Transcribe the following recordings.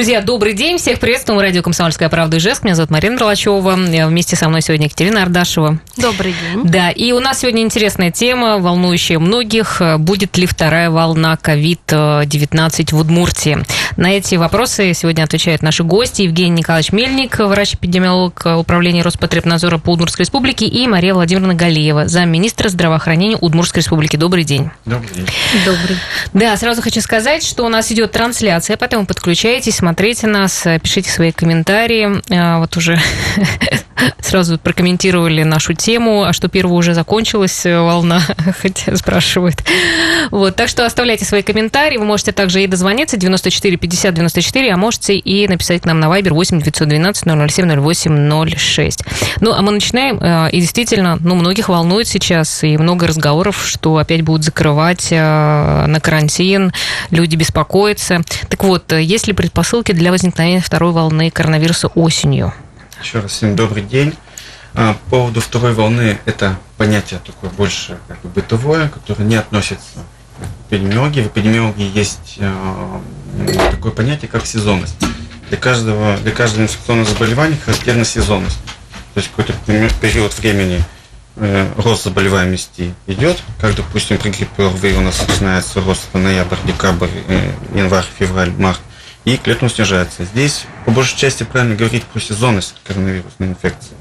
Друзья, добрый день. Всех приветствуем. Радио «Комсомольская правда» Ижевск. Меня зовут Марина Дролачева. Вместе со мной сегодня Екатерина Ардашева. Добрый день. Да, и у нас сегодня интересная тема, волнующая многих. Будет ли вторая волна COVID-19 в Удмуртии? На эти вопросы сегодня отвечают наши гости. Евгений Николаевич Мельник, врач-эпидемиолог Управления Роспотребнадзора по Удмуртской республике, и Мария Владимировна Галиева, замминистра здравоохранения Удмуртской республики. Добрый день. Добрый день. Добрый. Да, сразу хочу сказать, что у нас идет трансляция, поэтому подключайтесь, смотрите нас, пишите свои комментарии. Вот уже сразу прокомментировали нашу тему, а что первая уже закончилась волна, хотя спрашивают. Вот, так что оставляйте свои комментарии, вы можете также и дозвониться 94 50 94, а можете и написать нам на Viber 8 912 007 08 06. Ну, а мы начинаем, и действительно, многих волнует сейчас, и много разговоров, что опять будут закрывать на карантин, люди беспокоятся. Так вот, есть ли предпосылки для возникновения второй волны коронавируса осенью? Еще раз всем добрый день. По поводу второй волны, это понятие такое больше бытовое, которое не относится к эпидемиологии. В эпидемиологии есть такое понятие, как сезонность. Для каждого инфекционного заболевания характерна сезонность. То есть какой-то период времени рост заболеваемости идет, как, допустим, при гриппе ОРВИ у нас начинается рост ноябрь, декабрь, январь, февраль, март, и к лету снижается. Здесь, по большей части, правильно говорить про сезонность коронавирусной инфекции.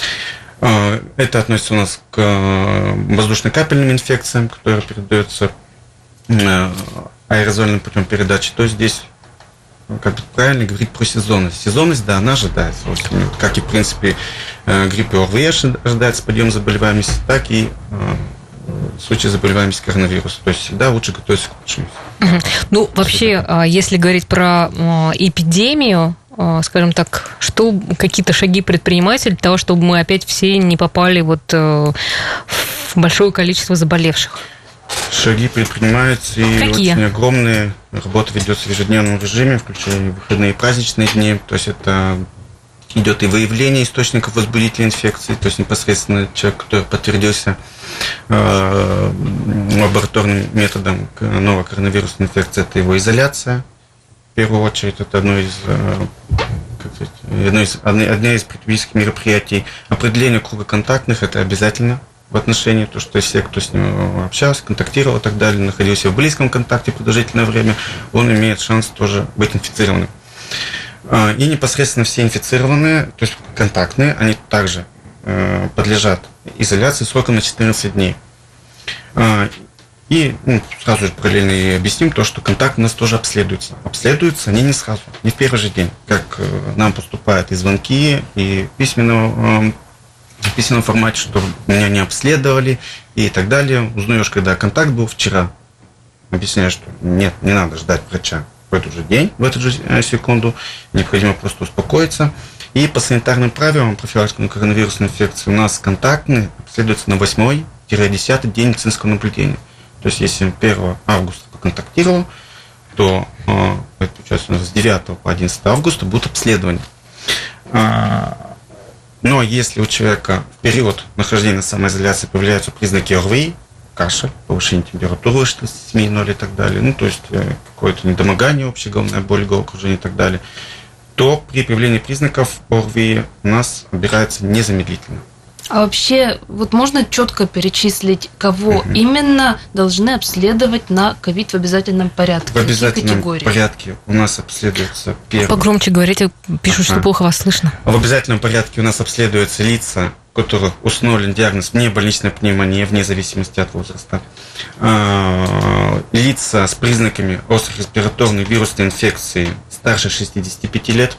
Это относится у нас к воздушно-капельным инфекциям, которые передаются аэрозольным путем передачи. То есть здесь правильно говорить про сезонность. Сезонность, да, она ожидается. Как и, в принципе, гриппе ОРВИ ожидается подъем заболеваемости, так и в случае заболеваемости коронавируса. То есть всегда лучше готовиться к лучшему. Ну, вообще, если говорить про эпидемию, скажем так, что какие-то шаги предпринимать для того, чтобы мы опять все не попали в большое количество заболевших? Шаги предпринимаются, и очень огромные. Работа ведется в ежедневном режиме, включая выходные и праздничные дни. То есть это идет и выявление источников возбудителей инфекции, то есть непосредственно человек, который подтвердился лабораторным методом новой коронавирусной инфекции, это его изоляция. В первую очередь, это одно из профилактических мероприятий. Определение круга контактных – это обязательно в отношении, то, что все, кто с ним общался, контактировал и так далее, находился в близком контакте продолжительное время, он имеет шанс тоже быть инфицированным. И непосредственно все инфицированные, то есть контактные, они также подлежат изоляции сроком на 14 дней. И сразу же параллельно и объясним то, что контакты у нас тоже обследуются. Обследуются они не сразу, не в первый же день, как нам поступают и звонки, и в письменном формате, что меня не обследовали и так далее. Узнаешь, когда контакт был вчера. Объясняешь, что нет, не надо ждать врача в этот же день, в эту же секунду. Необходимо просто успокоиться. И по санитарным правилам профилактики коронавирусной инфекции у нас контактные обследуются на 8-10 день медицинского наблюдения. То есть, если 1 августа поконтактировал, то это получается у нас с 9 по 11 августа будут обследования. Но если у человека в период нахождения на самоизоляции появляются признаки ОРВИ, кашель, повышение температуры выше 37,0 и так далее, то есть какое-то недомогание, общая головная боль, головокружение и так далее, то при появлении признаков ОРВИ у нас отбирается незамедлительно. А вообще, можно четко перечислить, кого именно должны обследовать на ковид в обязательном порядке? В обязательном порядке у нас обследуются первые... Погромче говорите, пишут, что плохо вас слышно. В обязательном порядке у нас обследуются лица, у которых установлен диагноз внебольничная пневмония, вне зависимости от возраста. Лица с признаками острой респираторной вирусной инфекции старше 65 лет.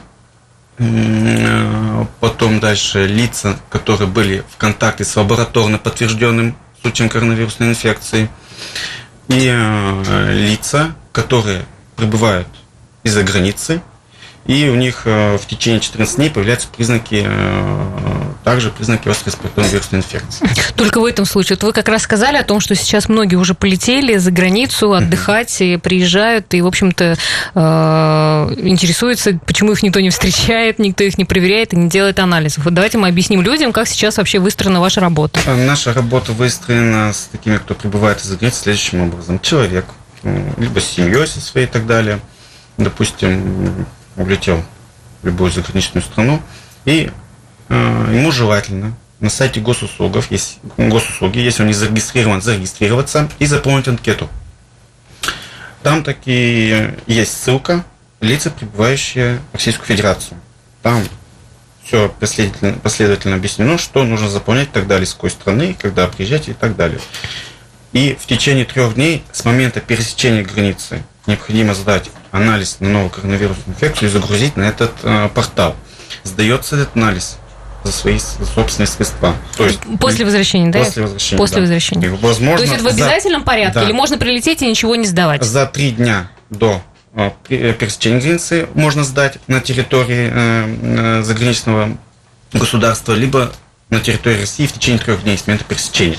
Потом дальше лица, которые были в контакте с лабораторно подтвержденным случаем коронавирусной инфекции, и лица, которые прибывают из-за границы, и у них в течение 14 дней появляются также признаки острой респираторной вирусной инфекции. Только в этом случае. Вы как раз сказали о том, что сейчас многие уже полетели за границу отдыхать, и приезжают, и, в общем-то, интересуются, почему их никто не встречает, никто их не проверяет и не делает анализов. Вот давайте мы объясним людям, как сейчас вообще выстроена ваша работа. Наша работа выстроена с такими, кто прибывает из-за границы, следующим образом. Человек, либо с семьей со своей и так далее, допустим, улетел в любую заграничную страну, и ему желательно на сайте госуслуги, если он не зарегистрирован, зарегистрироваться и заполнить анкету. Там таки есть ссылка «Лица, прибывающие в Российскую Федерацию». Там все последовательно объяснено, что нужно заполнять и так далее, с какой страны, когда приезжать и так далее. И в течение 3 дней с момента пересечения границы необходимо сдать анализ на новую коронавирусную инфекцию и загрузить на этот портал. Сдается этот анализ за свои собственные средства. То есть после возвращения, да? После возвращения. После возвращения. Возможно, то есть это в обязательном порядке? Или можно прилететь и ничего не сдавать? За 3 дня до пересечения границы можно сдать на территории заграничного государства, либо на территории России в течение 3 дней с момента пересечения.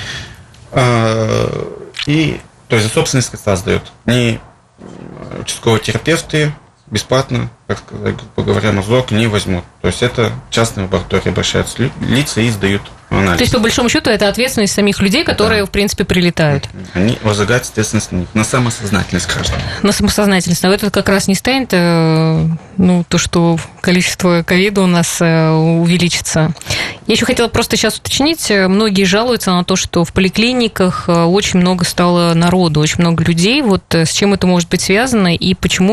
И, то есть за собственные средства сдают. Не участковые терапевты бесплатно, как сказать, грубо говоря, мазок не возьмут. То есть это частные лаборатории обращаются лица и сдают анализ. То есть, по большому счету, это ответственность самих людей, которые, в принципе, прилетают. Они возлагают ответственность на них, на самосознательность граждан. На самосознательность. А это как раз не станет, то, что количество ковида у нас увеличится. Я еще хотела просто сейчас уточнить. Многие жалуются на то, что в поликлиниках очень много стало народу, очень много людей. Вот с чем это может быть связано и почему,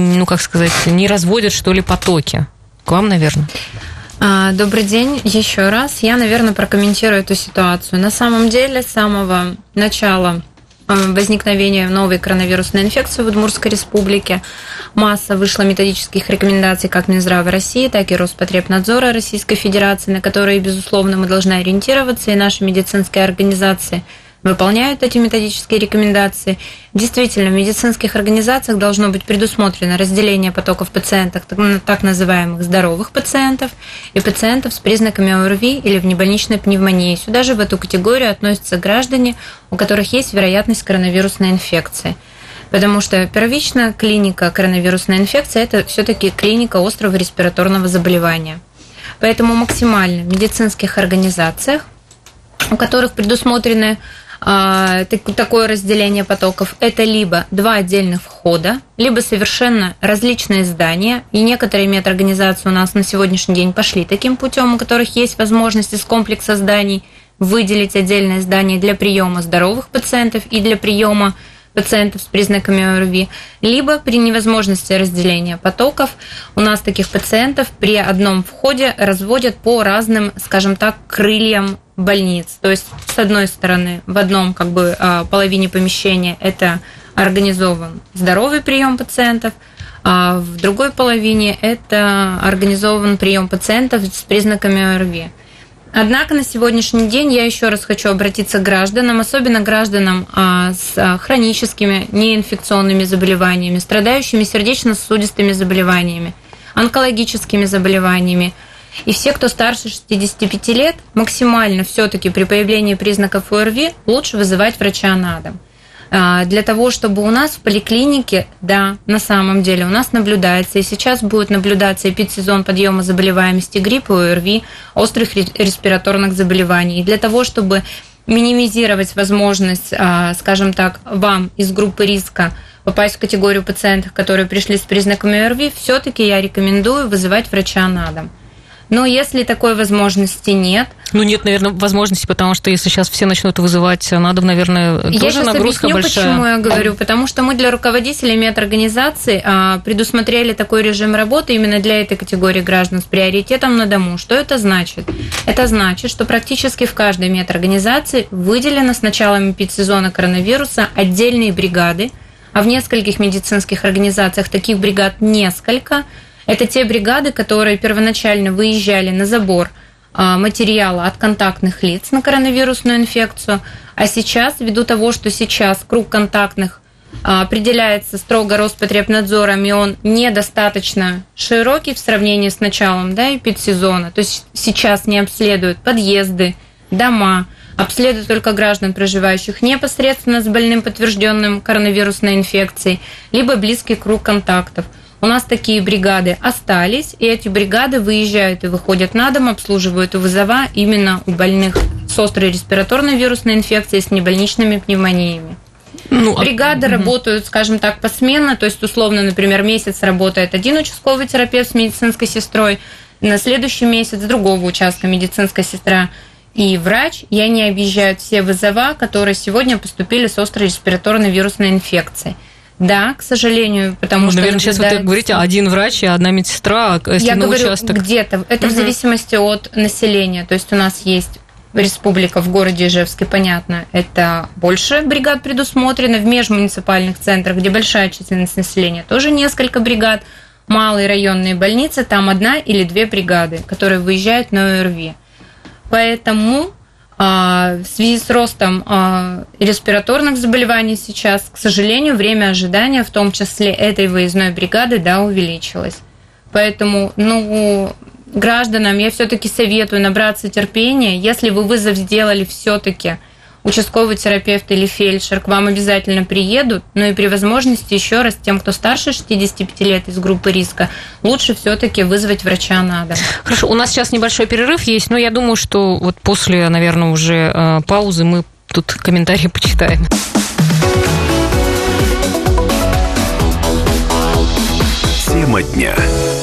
не разводят, что ли, потоки? К вам, наверное. Добрый день еще раз. Я, наверное, прокомментирую эту ситуацию. На самом деле, с самого начала возникновения новой коронавирусной инфекции в Удмуртской республике масса вышла методических рекомендаций как Минздрава России, так и Роспотребнадзора Российской Федерации, на которые, безусловно, мы должны ориентироваться, и наши медицинские организации выполняют эти методические рекомендации. Действительно, в медицинских организациях должно быть предусмотрено разделение потоков пациентов, так называемых здоровых пациентов, и пациентов с признаками ОРВИ или внебольничной пневмонии. Сюда же в эту категорию относятся граждане, у которых есть вероятность коронавирусной инфекции. Потому что первичная клиника коронавирусной инфекции – это все-таки клиника острого респираторного заболевания. Поэтому максимально в медицинских организациях, у которых предусмотрены такое разделение потоков, это либо 2 отдельных входа, либо совершенно различные здания, и некоторые медорганизации у нас на сегодняшний день пошли таким путем, у которых есть возможность из комплекса зданий выделить отдельное здание для приема здоровых пациентов и для приема пациентов с признаками ОРВИ, либо при невозможности разделения потоков у нас таких пациентов при одном входе разводят по разным, скажем так, крыльям больниц. То есть, с одной стороны, в одном половине помещения это организован здоровый прием пациентов, а в другой половине это организован прием пациентов с признаками ОРВИ. Однако на сегодняшний день я еще раз хочу обратиться к гражданам, особенно гражданам с хроническими неинфекционными заболеваниями, страдающими сердечно-сосудистыми заболеваниями, онкологическими заболеваниями. И все, кто старше 65 лет, максимально все-таки при появлении признаков ОРВИ лучше вызывать врача на дом. Для того, чтобы у нас в поликлинике, да, на самом деле у нас наблюдается, и сейчас будет наблюдаться эпидсезон подъема заболеваемости гриппа, ОРВИ, острых респираторных заболеваний. И для того, чтобы минимизировать возможность, скажем так, вам из группы риска попасть в категорию пациентов, которые пришли с признаками ОРВИ, все-таки я рекомендую вызывать врача на дом. Но если такой возможности нет... нет, наверное, возможности, потому что если сейчас все начнут вызывать на дом, наверное, тоже нагрузка большая. Я сейчас объясню, почему я говорю. Потому что мы для руководителей медорганизаций предусмотрели такой режим работы именно для этой категории граждан с приоритетом на дому. Что это значит? Это значит, что практически в каждой медорганизации выделено с началом эпидсезона коронавируса отдельные бригады, а в нескольких медицинских организациях таких бригад несколько. Это те бригады, которые первоначально выезжали на забор материала от контактных лиц на коронавирусную инфекцию, а сейчас, ввиду того, что сейчас круг контактных определяется строго Роспотребнадзором, и он недостаточно широкий в сравнении с началом эпидсезона, то есть сейчас не обследуют подъезды, дома, обследуют только граждан, проживающих непосредственно с больным подтвержденным коронавирусной инфекцией, либо близкий круг контактов. У нас такие бригады остались, и эти бригады выезжают и выходят на дом, обслуживают и вызова именно у больных с острой респираторной вирусной инфекцией, с небольничными пневмониями. Бригады работают, скажем так, посменно, то есть, условно, например, месяц работает один участковый терапевт с медицинской сестрой, на следующий месяц другого участка медицинская сестра и врач, и они объезжают все вызова, которые сегодня поступили с острой респираторной вирусной инфекцией. Да, к сожалению, потому что... Наверное, сейчас вы говорите, один врач и одна медсестра, если я на говорю, участок... где-то. Это в зависимости от населения. То есть у нас есть республика в городе Ижевске, понятно, это больше бригад предусмотрено. В межмуниципальных центрах, где большая численность населения, тоже несколько бригад. Малые районные больницы, там 1 или 2 бригады, которые выезжают на ОРВИ. Поэтому... В связи с ростом респираторных заболеваний сейчас, к сожалению, время ожидания, в том числе этой выездной бригады, да, увеличилось. Поэтому, гражданам я все-таки советую набраться терпения. Если вы вызов сделали все-таки, участковый терапевт или фельдшер к вам обязательно приедут, но и при возможности еще раз тем, кто старше 65 лет из группы риска, лучше все-таки вызвать врача на дом. Хорошо, у нас сейчас небольшой перерыв есть, но я думаю, что вот после, наверное, уже паузы мы тут комментарии почитаем. Тема дня.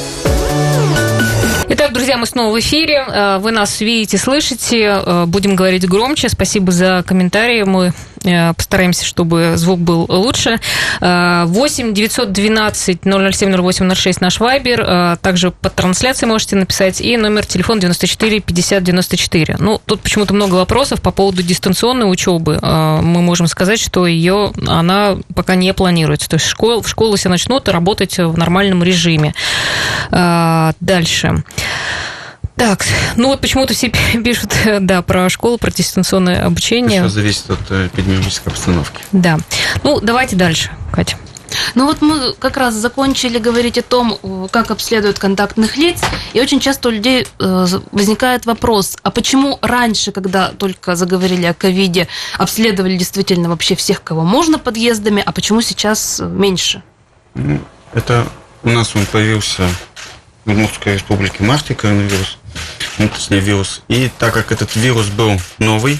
Итак, друзья, мы снова в эфире. Вы нас видите, слышите. Будем говорить громче. Спасибо за комментарии. Мы постараемся, чтобы звук был лучше. 8 912 007 08 06 наш вайбер. Также под трансляцией можете написать. И номер телефона 94 50 94. Тут почему-то много вопросов по поводу дистанционной учебы. Мы можем сказать, что она пока не планируется. То есть в школы все начнут работать в нормальном режиме. Дальше. Так, почему-то все пишут, да, про школу, про дистанционное обучение. Все зависит от эпидемиологической обстановки. Да. Давайте дальше, Катя. Мы как раз закончили говорить о том, как обследуют контактных лиц, и очень часто у людей возникает вопрос, а почему раньше, когда только заговорили о ковиде, обследовали действительно вообще всех, кого можно подъездами, а почему сейчас меньше? Это у нас он появился в Удмуртской республике в марте, коронавирус, точнее вирус. И так как этот вирус был новый,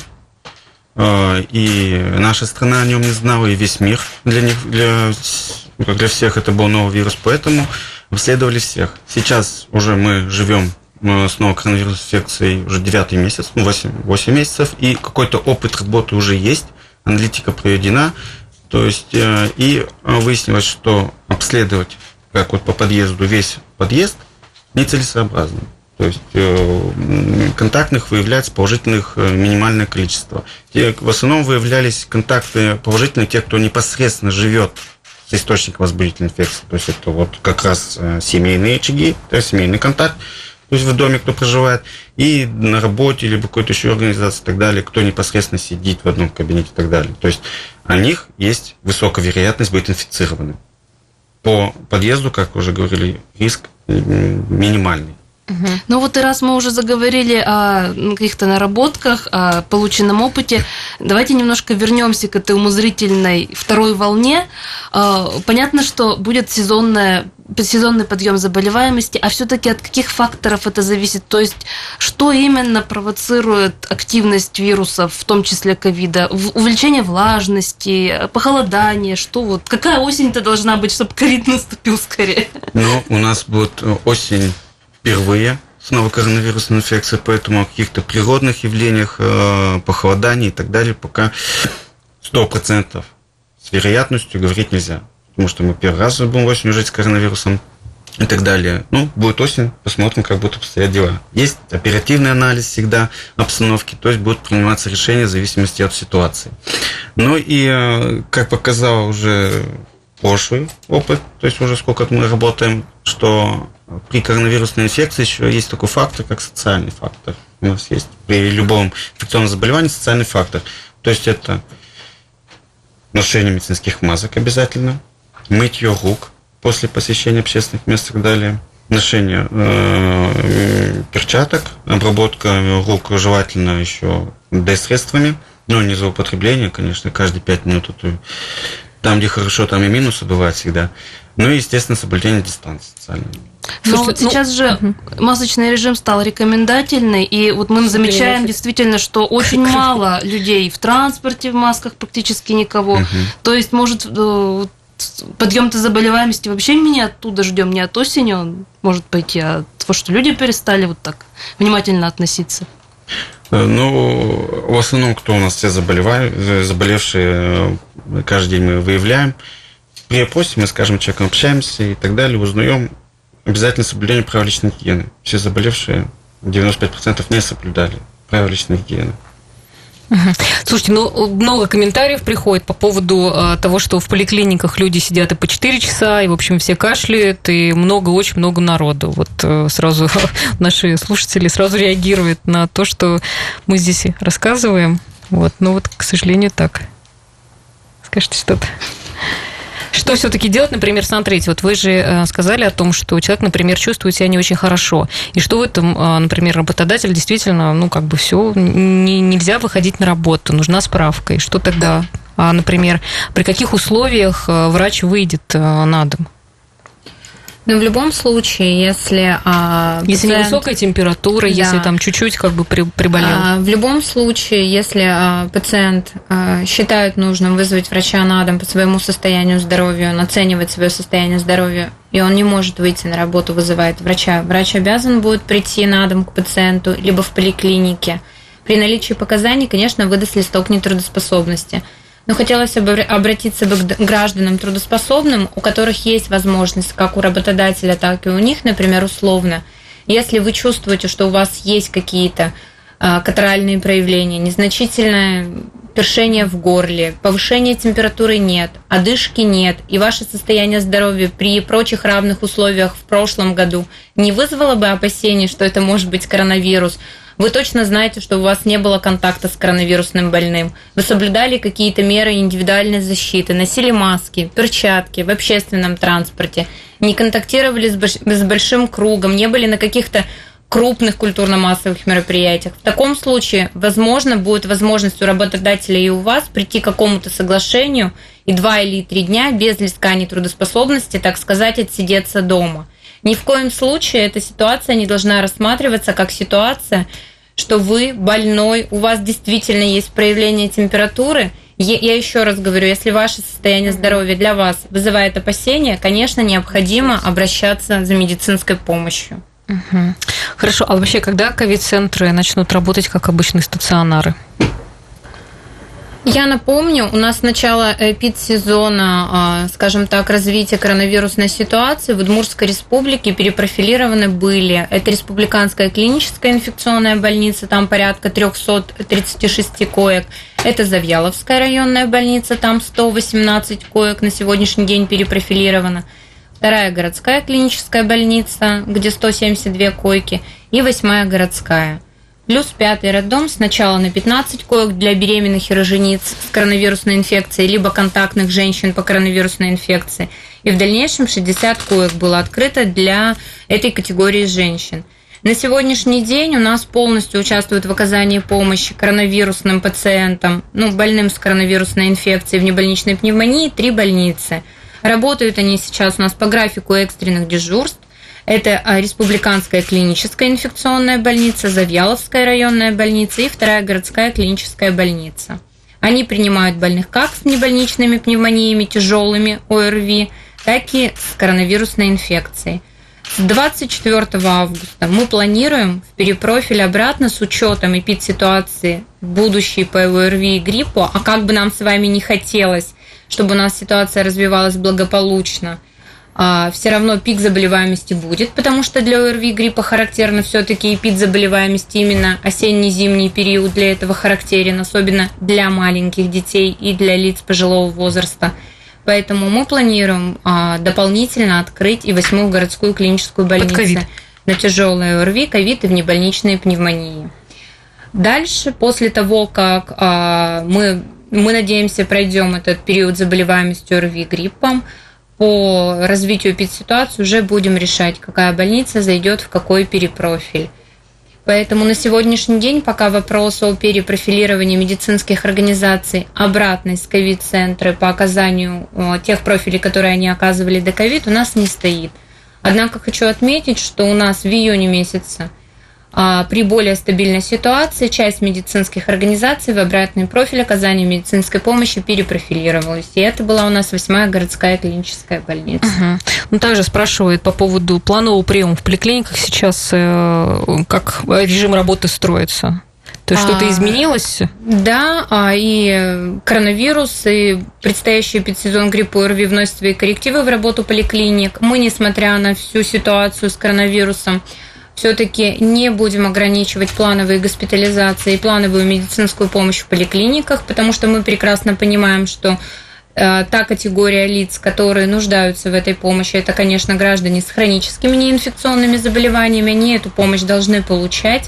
и наша страна о нем не знала, и весь мир для всех это был новый вирус, поэтому обследовали всех. Сейчас уже мы живем с новой коронавирусной инфекцией уже 9-й месяц, 8 месяцев, и какой-то опыт работы уже есть, аналитика проведена, то есть и выяснилось, что обследовать как по подъезду весь подъезд нецелесообразно. То есть контактных выявляется положительных минимальное количество. В основном выявлялись контакты положительные те, кто непосредственно живет с источником возбудительной инфекции. То есть это как раз семейные очаги, то есть семейный контакт, то есть в доме кто проживает, и на работе или какой-то еще организации и так далее, кто непосредственно сидит в одном кабинете и так далее. То есть у них есть высокая вероятность быть инфицированным. По подъезду, как уже говорили, риск минимальный. И раз мы уже заговорили о каких-то наработках, о полученном опыте, давайте немножко вернемся к этой умозрительной второй волне. Понятно, что будет сезонный подъем заболеваемости, а все-таки от каких факторов это зависит? То есть, что именно провоцирует активность вирусов, в том числе ковида? Увеличение влажности, похолодание, что какая осень-то должна быть, чтобы ковид наступил скорее? У нас будет осень впервые с новой коронавирусной инфекцией, поэтому о каких-то природных явлениях, похолодании и так далее пока 100% с вероятностью говорить нельзя. Потому что мы первый раз будем осенью жить с коронавирусом и так далее. Будет осень, посмотрим, как будут обстоять дела. Есть оперативный анализ всегда обстановки, то есть будут приниматься решения в зависимости от ситуации. И, как показал уже прошлый опыт, то есть уже сколько мы работаем, что при коронавирусной инфекции еще есть такой фактор, как социальный фактор. У нас есть при любом инфекционном заболевании социальный фактор. То есть это ношение медицинских масок обязательно, мытье рук после посещения общественных мест и так далее, ношение перчаток, обработка рук желательно еще ДС-средствами, но не злоупотребление, конечно, каждые 5 минут. Там, где хорошо, там и минусы бывают всегда. Ну и, естественно, соблюдение дистанции социальной. Но вот сейчас же масочный режим стал рекомендательный, и вот мы замечаем действительно, что очень мало людей в транспорте в масках, практически никого. То есть, может, подъем-то заболеваемости вообще мы не оттуда ждем, не от осени он может пойти, а от того, что люди перестали вот так внимательно относиться. Ну, в основном, кто у нас все заболевшие, каждый день мы выявляем. При опросе мы с каждым человеком общаемся и так далее, узнаем обязательно соблюдение правил личной гигиены. Все заболевшие, 95% не соблюдали правила личной гигиены. Слушайте, ну, много комментариев приходит по поводу того, что в поликлиниках люди сидят и по 4 часа, и, в общем, все кашляют, и очень много народу. Вот сразу наши слушатели сразу реагируют на то, что мы здесь рассказываем. Вот, но вот, к сожалению, так. Скажите что-то. Что все-таки делать, например, смотрите, вот вы же сказали о том, что человек, например, чувствует себя не очень хорошо, и что в этом, например, работодатель действительно, ну, как бы все, нельзя выходить на работу, нужна справка, и что тогда, например, при каких условиях врач выйдет на дом? Но в любом случае, если если невысокая температура, да, если там чуть-чуть как бы приболел. В любом случае, если пациент считает нужным вызвать врача на дом по своему состоянию здоровья, он оценивает свое состояние здоровья, и он не может выйти на работу, вызывает врача, врач обязан будет прийти на дом к пациенту, либо в поликлинике. При наличии показаний, конечно, выдаст листок нетрудоспособности. Но хотелось бы обратиться к гражданам трудоспособным, у которых есть возможность, как у работодателя, так и у них, например, условно. Если вы чувствуете, что у вас есть какие-то катаральные проявления, незначительное першение в горле, повышения температуры нет, одышки нет, и ваше состояние здоровья при прочих равных условиях в прошлом году не вызвало бы опасений, что это может быть коронавирус, вы точно знаете, что у вас не было контакта с коронавирусным больным. Вы соблюдали какие-то меры индивидуальной защиты, носили маски, перчатки в общественном транспорте, не контактировали с большим кругом, не были на каких-то крупных культурно-массовых мероприятиях. В таком случае, возможно, будет возможность у работодателя и у вас прийти к какому-то соглашению и 2 или 3 дня без листка нетрудоспособности, так сказать, отсидеться дома. Ни в коем случае эта ситуация не должна рассматриваться как ситуация, что вы больной, у вас действительно есть проявление температуры. Я еще раз говорю, если ваше состояние здоровья для вас вызывает опасения, конечно, необходимо обращаться за медицинской помощью. Угу. Хорошо, а вообще, когда ковид-центры начнут работать как обычные стационары? Я напомню, у нас с начала эпидсезона, скажем так, развития коронавирусной ситуации в Удмуртской республике перепрофилированы были. Это Республиканская клиническая инфекционная больница, там порядка 336 коек. Это Завьяловская районная больница, там 118 коек на сегодняшний день перепрофилировано. 2-я городская клиническая больница, где 172 койки, и 8-я городская. Плюс 5-й роддом сначала на 15 коек для беременных и рожениц с коронавирусной инфекцией, либо контактных женщин по коронавирусной инфекции. И в дальнейшем 60 коек было открыто для этой категории женщин. На сегодняшний день у нас полностью участвуют в оказании помощи коронавирусным пациентам, больным с коронавирусной инфекцией в небольничной пневмонии 3 больницы. Работают они сейчас у нас по графику экстренных дежурств. Это Республиканская клиническая инфекционная больница, Завьяловская районная больница и 2-я городская клиническая больница. Они принимают больных как с небольничными пневмониями тяжелыми ОРВИ, так и с коронавирусной инфекцией. С 24 августа мы планируем в перепрофиль обратно с учетом эпидситуации будущей по ОРВИ и гриппу, а как бы нам с вами не хотелось, чтобы у нас ситуация развивалась благополучно, все равно пик заболеваемости будет, потому что для ОРВИ и гриппа характерно все-таки пик заболеваемости именно осенне-зимний период для этого характерен, особенно для маленьких детей и для лиц пожилого возраста. Поэтому мы планируем дополнительно открыть и 8-ю городскую клиническую больницу на тяжелое ОРВИ, ковид и внебольничные пневмонии. Дальше, после того, как мы надеемся, пройдем этот период заболеваемости ОРВИ и гриппом, по развитию эпидситуации уже будем решать, какая больница зайдет в какой перепрофиль. Поэтому на сегодняшний день пока вопрос о перепрофилировании медицинских организаций обратно из ковид-центра по оказанию тех профилей, которые они оказывали до ковид, у нас не стоит. Однако хочу отметить, что у нас в июне месяце при более стабильной ситуации часть медицинских организаций в обратный профиль оказания медицинской помощи перепрофилировалась. И это была у нас 8-я городская клиническая больница. Угу. Ну, также спрашивают по поводу планового приема в поликлиниках сейчас, как режим работы строится. То есть что-то изменилось? Да, и коронавирус, и предстоящий эпидсезон гриппа ОРВИ вносят свои коррективы в работу поликлиник. Мы, несмотря на всю ситуацию с коронавирусом, все-таки не будем ограничивать плановые госпитализации и плановую медицинскую помощь в поликлиниках, потому что мы прекрасно понимаем, что та категория лиц, которые нуждаются в этой помощи, это, конечно, граждане с хроническими неинфекционными заболеваниями, они эту помощь должны получать.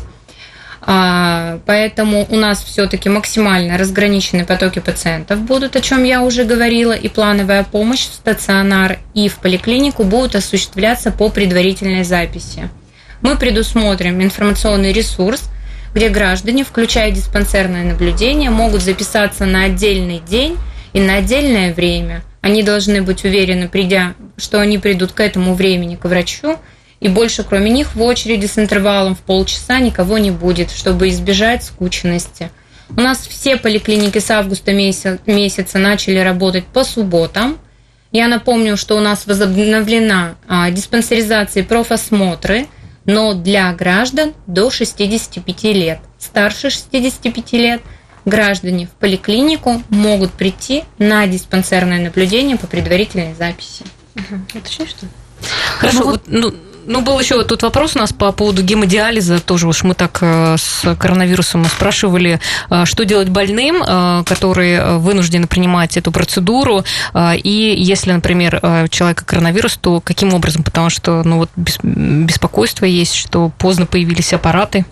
Поэтому у нас все-таки максимально разграничены потоки пациентов будут, о чем я уже говорила, и плановая помощь в стационар и в поликлинику будут осуществляться по предварительной записи. Мы предусмотрим информационный ресурс, где граждане, включая диспансерное наблюдение, могут записаться на отдельный день и на отдельное время. Они должны быть уверены, придя, что они придут к этому времени к врачу, и больше кроме них в очереди с интервалом в полчаса никого не будет, чтобы избежать скученности. У нас все поликлиники с августа месяца начали работать по субботам. Я напомню, что у нас возобновлена диспансеризация и профосмотры, но для граждан до 65 лет. Старше 65 лет граждане в поликлинику могут прийти на диспансерное наблюдение по предварительной записи. Уточни, что? Хорошо, был еще тут вопрос у нас по поводу гемодиализа. Тоже уж мы так с коронавирусом спрашивали, что делать больным, которые вынуждены принимать эту процедуру, и если, например, у человека коронавирус, то каким образом? Потому что беспокойство есть, что поздно появились аппараты.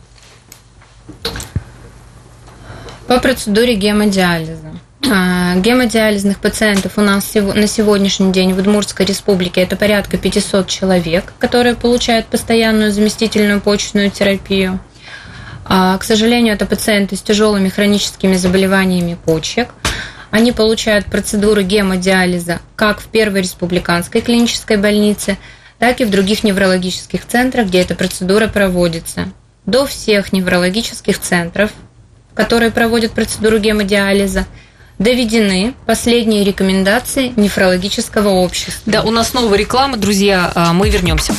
По процедуре гемодиализа. Гемодиализных пациентов у нас на сегодняшний день в Удмуртской республике это порядка 500 человек, которые получают постоянную заместительную почечную терапию. К сожалению, это пациенты с тяжелыми хроническими заболеваниями почек. Они получают процедуру гемодиализа как в Первой республиканской клинической больнице, так и в других неврологических центрах, где эта процедура проводится. До всех неврологических центров, которые проводят процедуру гемодиализа, доведены последние рекомендации нефрологического общества. Да, у нас снова реклама, друзья, мы вернемся.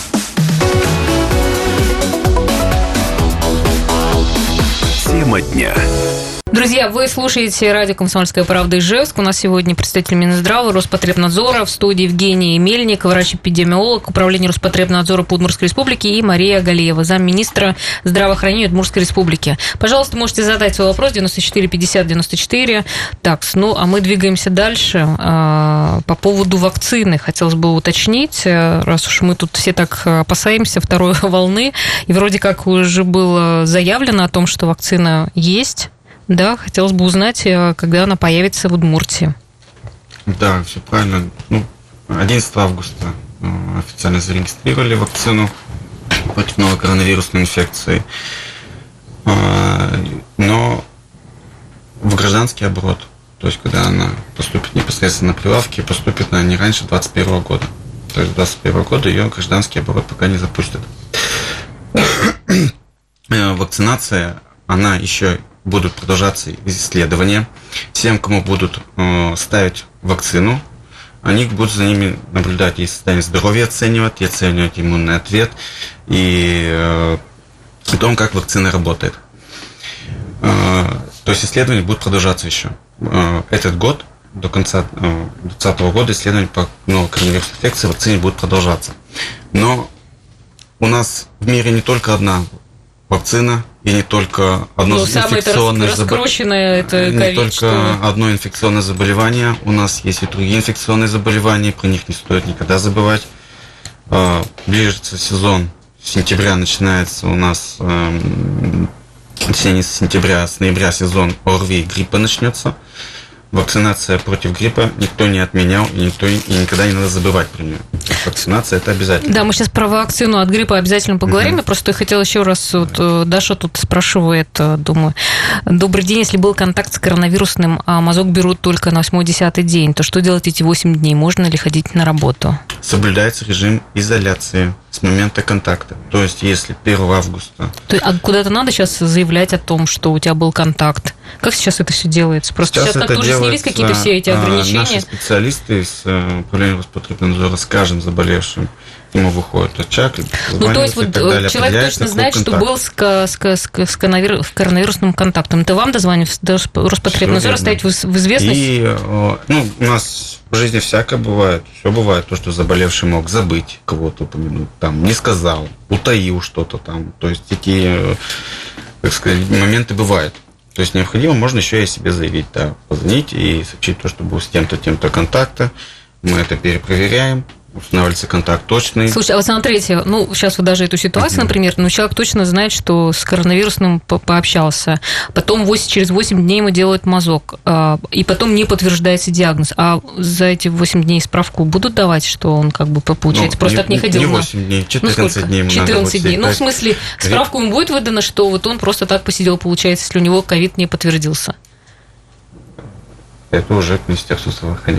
Тема дня. Друзья, вы слушаете радио «Комсомольская правда» Ижевск. У нас сегодня представитель Минздрава, Роспотребнадзора, в студии Евгения Мельник, врач-эпидемиолог Управления Роспотребнадзора по Удмуртской республике, и Мария Галиева, замминистра здравоохранения Удмуртской республики. Пожалуйста, можете задать свой вопрос 94 50 94. Так, а мы двигаемся дальше. По поводу вакцины хотелось бы уточнить, раз уж мы тут все так опасаемся второй волны, и вроде как уже было заявлено о том, что вакцина есть. Да, хотелось бы узнать, когда она появится в Удмуртии. Да, все правильно. 11 августа официально зарегистрировали вакцину против новой коронавирусной инфекции. Но в гражданский оборот, то есть когда она поступит непосредственно на прилавки, поступит она не раньше 2021 года. То есть 2021 года ее гражданский оборот пока не запустят. Вакцинация, она еще будут продолжаться исследования. Всем, кому будут ставить вакцину, они будут за ними наблюдать и состояние здоровья оценивать, и оценивать иммунный ответ, и о том, как вакцина работает. То есть исследования будут продолжаться еще. Этот год, до конца 2020 года, исследования по новой коронавирусной инфекции вакцине будут продолжаться. Но у нас в мире не только одна вакцина, и не только одно инфекционное заболевание. Не только одно инфекционное заболевание. У нас есть и другие инфекционные заболевания, про них не стоит никогда забывать. Ближется сезон, с сентября начинается у нас с ноября сезон ОРВИ и гриппа начнется. Вакцинация против гриппа никто не отменял, и никогда не надо забывать про нее. Вакцинация – это обязательно. Да, мы сейчас про вакцину от гриппа обязательно поговорим. Я просто хотела еще раз, вот Даша тут спрашивает, думаю, добрый день, если был контакт с коронавирусным, а мазок берут только на 8-10 день, то что делать эти 8 дней? Можно ли ходить на работу? Соблюдается режим изоляции с момента контакта. То есть, если 1 августа... А куда-то надо сейчас заявлять о том, что у тебя был контакт? Как сейчас это все делается? Просто сейчас как-то уже снялись какие-то все эти ограничения. Наши специалисты из Управления Роспотребнадзора с каждым заболевшим, ему выходит очаг, то есть вот далее, человек точно знает, что был с коронавирусным контактом. Это вам дозвонив до Роспотребнадзора, ставить в известность? И у нас в жизни всякое бывает. Все бывает, то, что заболевший мог забыть кого-то упомянуть, там, не сказал, утаил что-то там. То есть такие, так сказать, моменты бывают. То есть необходимо, можно еще и о себе заявить, да, позвонить и сообщить то, что был с тем-то контакта. Мы это перепроверяем. Устанавливается контакт точный. Слушай, а вот смотрите, сейчас вот даже эту ситуацию, например, человек точно знает, что с коронавирусным пообщался, потом через 8 дней ему делают мазок, и потом не подтверждается диагноз. А за эти 8 дней справку будут давать, что он получается, просто так не ходил? Не 8 дней, 14 дней ему 14 дней. В смысле, справку ему будет выдано, что вот он просто так посидел, получается, если у него ковид не подтвердился? Это уже к Министерству здравоохранения.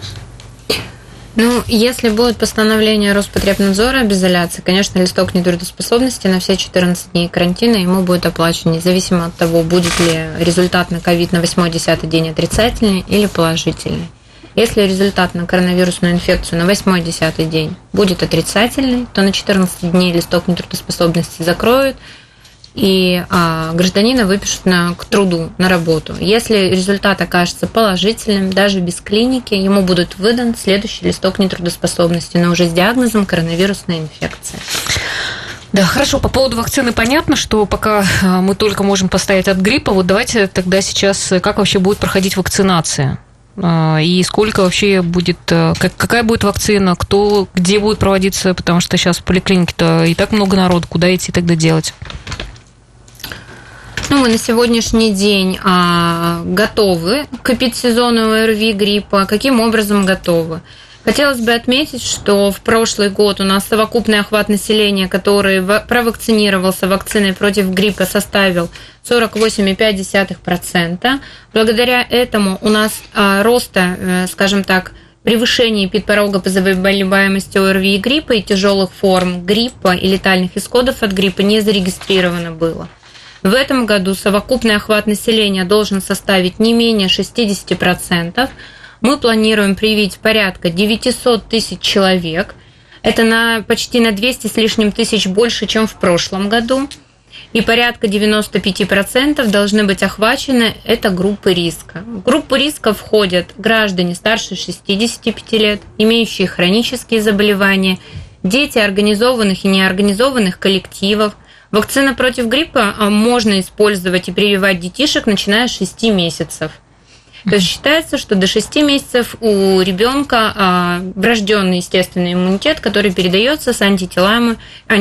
Если будет постановление Роспотребнадзора об изоляции, конечно, листок нетрудоспособности на все 14 дней карантина ему будет оплачен, независимо от того, будет ли результат на ковид на 8-10 день отрицательный или положительный. Если результат на коронавирусную инфекцию на 8-10 день будет отрицательный, то на 14 дней листок нетрудоспособности закроют, и гражданина выпишут к труду, на работу. Если результат окажется положительным, даже без клиники, ему будет выдан следующий листок нетрудоспособности, но уже с диагнозом коронавирусная инфекция. Да, хорошо, по поводу вакцины понятно, что пока мы только можем поставить от гриппа. Вот давайте тогда сейчас, как вообще будет проходить вакцинация? И сколько вообще будет, какая будет вакцина, где будет проводиться, потому что сейчас в поликлинике-то и так много народу, куда идти тогда делать? Мы на сегодняшний день готовы к эпидсезону ОРВИ, гриппа. Каким образом готовы? Хотелось бы отметить, что в прошлый год у нас совокупный охват населения, который провакцинировался вакциной против гриппа, составил 48,5%. Благодаря этому у нас роста, скажем так, превышения эпидпорога по заболеваемости ОРВИ и гриппа и тяжелых форм гриппа и летальных исходов от гриппа не зарегистрировано было. В этом году совокупный охват населения должен составить не менее 60%. Мы планируем привить порядка 900 тысяч человек. Это почти на 200 с лишним тысяч больше, чем в прошлом году. И порядка 95% должны быть охвачены – это группы риска. В группу риска входят граждане старше 65 лет, имеющие хронические заболевания, дети организованных и неорганизованных коллективов. Вакцина против гриппа можно использовать и прививать детишек, начиная с 6 месяцев. То есть считается, что до 6 месяцев у ребенка врожденный естественный иммунитет, который передается с антителами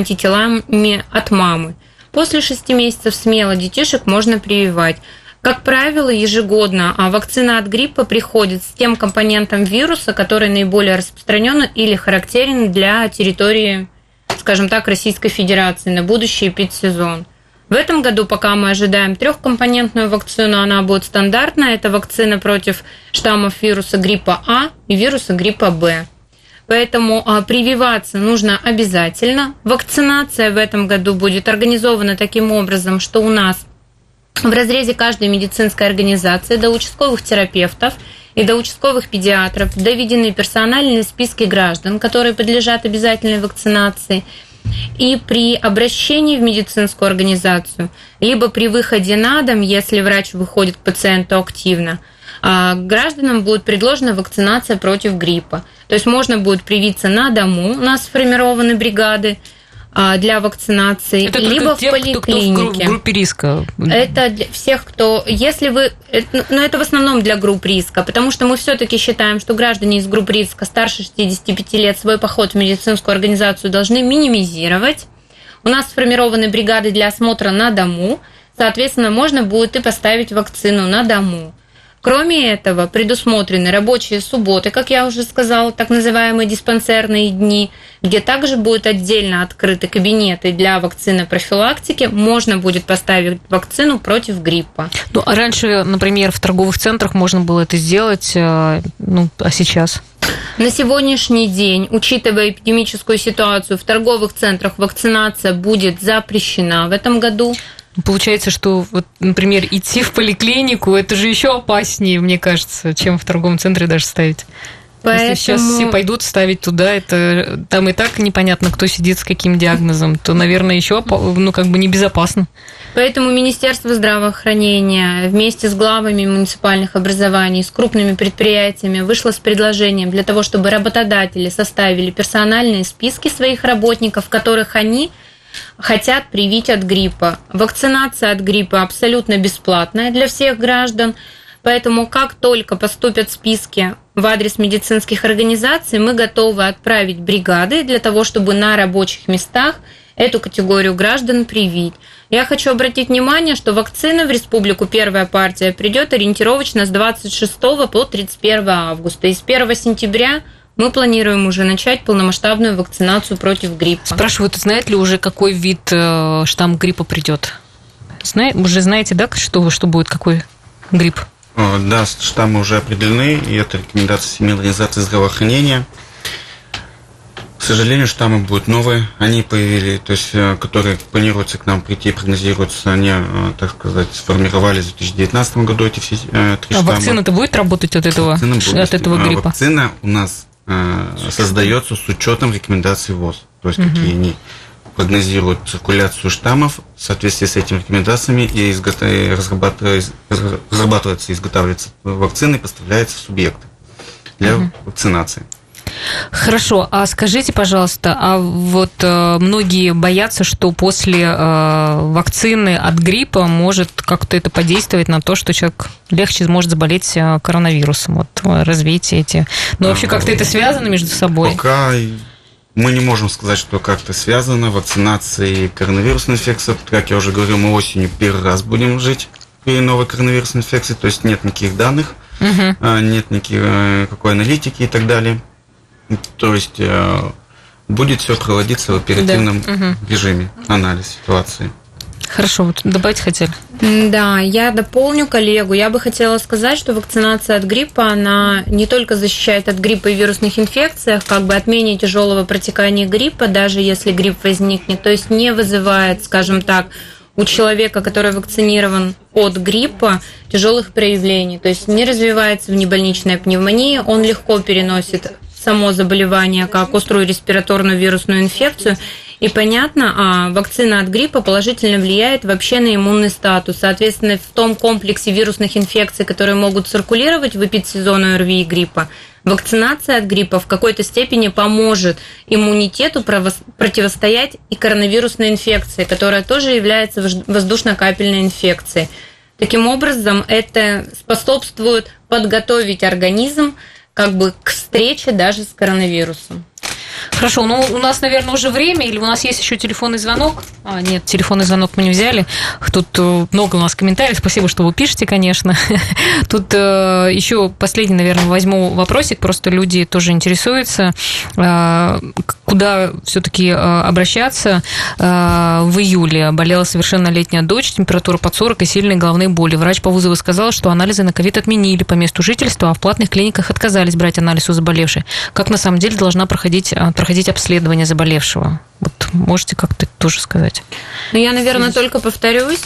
от мамы. После 6 месяцев смело детишек можно прививать. Как правило, ежегодно вакцина от гриппа приходит с тем компонентом вируса, который наиболее распространен или характерен для территории, скажем так, Российской Федерации на будущий эпидсезон. В этом году пока мы ожидаем 3-компонентную вакцину, она будет стандартная. Это вакцина против штаммов вируса гриппа А и вируса гриппа Б. Поэтому прививаться нужно обязательно. Вакцинация в этом году будет организована таким образом, что у нас в разрезе каждой медицинской организации до участковых терапевтов и до участковых педиатров доведены персональные списки граждан, которые подлежат обязательной вакцинации. И при обращении в медицинскую организацию, либо при выходе на дом, если врач выходит к пациенту активно, гражданам будет предложена вакцинация против гриппа. То есть можно будет привиться на дому, у нас сформированы бригады для вакцинации, это либо в поликлинике. Кто в группе риска? Это для всех, кто... Если вы... Но это в основном для групп риска, потому что мы все-таки считаем, что граждане из групп риска старше 65 лет свой поход в медицинскую организацию должны минимизировать. У нас сформированы бригады для осмотра на дому. Соответственно, можно будет и поставить вакцину на дому. Кроме этого, предусмотрены рабочие субботы, как я уже сказала, так называемые диспансерные дни, где также будут отдельно открыты кабинеты для вакцинопрофилактики. Можно будет поставить вакцину против гриппа. Ну, а раньше, например, в торговых центрах можно было это сделать, а сейчас? На сегодняшний день, учитывая эпидемическую ситуацию, в торговых центрах вакцинация будет запрещена в этом году. Получается, что, вот, например, идти в поликлинику, это же еще опаснее, мне кажется, чем в торговом центре даже ставить. Поэтому... Если сейчас все пойдут ставить туда, это там и так непонятно, кто сидит с каким диагнозом, то, наверное, еще небезопасно. Поэтому Министерство здравоохранения вместе с главами муниципальных образований, с крупными предприятиями вышло с предложением для того, чтобы работодатели составили персональные списки своих работников, которых они хотят привить от гриппа. Вакцинация от гриппа абсолютно бесплатная для всех граждан, поэтому как только поступят списки в адрес медицинских организаций, мы готовы отправить бригады для того, чтобы на рабочих местах эту категорию граждан привить. Я хочу обратить внимание, что вакцина в республику, первая партия, придет ориентировочно с 26 по 31 августа. И с 1 сентября мы планируем уже начать полномасштабную вакцинацию против гриппа. Спрашивают, знает ли уже, какой вид штамм гриппа придет? Уже знаете, да, что будет, какой грипп? Да, штаммы уже определены, и это рекомендация Всемирной организации здравоохранения. К сожалению, штаммы будут новые, они появились, то есть, которые планируются к нам прийти, прогнозируются, они, так сказать, сформировались в 2019 году, эти все 3 штамма. А вакцина-то будет работать от этого гриппа? Вакцина у нас создается с учетом рекомендаций ВОЗ, то есть какие они прогнозируют циркуляцию штаммов в соответствии с этими рекомендациями, и разрабатывается, изготавливается вакцина и поставляется в субъекты для вакцинации. Хорошо, а скажите, пожалуйста, а вот многие боятся, что после вакцины от гриппа может как-то это подействовать на то, что человек легче может заболеть коронавирусом. Вот развейте эти... Но вообще как-то это связано между собой? Пока мы не можем сказать, что как-то связано. Вакцинация и коронавирусная инфекция, как я уже говорил, мы осенью первый раз будем жить при новой коронавирусной инфекции, то есть нет никаких данных, нет никакой аналитики и так далее. То есть будет все проводиться в оперативном режиме, анализ ситуации. Хорошо, вот добавить хотели? Да, я дополню коллегу. Я бы хотела сказать, что вакцинация от гриппа, она не только защищает от гриппа и вирусных инфекций, как бы от менее тяжелого протекания гриппа, даже если грипп возникнет, то есть не вызывает, скажем так, у человека, который вакцинирован от гриппа, тяжелых проявлений, то есть не развивается внебольничная пневмония, он легко переносит само заболевание как острую респираторную вирусную инфекцию. И понятно, вакцина от гриппа положительно влияет вообще на иммунный статус. Соответственно, в том комплексе вирусных инфекций, которые могут циркулировать в эпидсезону ОРВИ и гриппа, вакцинация от гриппа в какой-то степени поможет иммунитету противостоять и коронавирусной инфекции, которая тоже является воздушно-капельной инфекцией. Таким образом, это способствует подготовить организм как бы к встрече даже с коронавирусом. Хорошо, у нас, наверное, уже время, или у нас есть еще телефонный звонок? Нет, телефонный звонок мы не взяли. Тут много у нас комментариев, спасибо, что вы пишете, конечно. Тут еще последний, наверное, возьму вопросик, просто люди тоже интересуются, куда все-таки обращаться. В июле болела совершеннолетняя дочь, температура под 40 и сильные головные боли. Врач по вызову сказал, что анализы на ковид отменили по месту жительства, а в платных клиниках отказались брать анализ у заболевшей. Как на самом деле должна проходить обследование заболевшего? Вот можете как-то тоже сказать? Я, наверное, только повторюсь.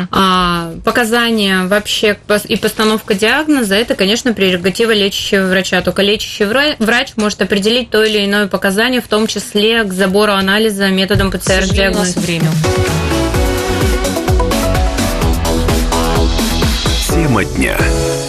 Показания вообще и постановка диагноза – это, конечно, прерогатива лечащего врача. Только лечащий врач может определить то или иное показание, в том числе к забору анализа методом ПЦР-диагностики. Время. Тема дня.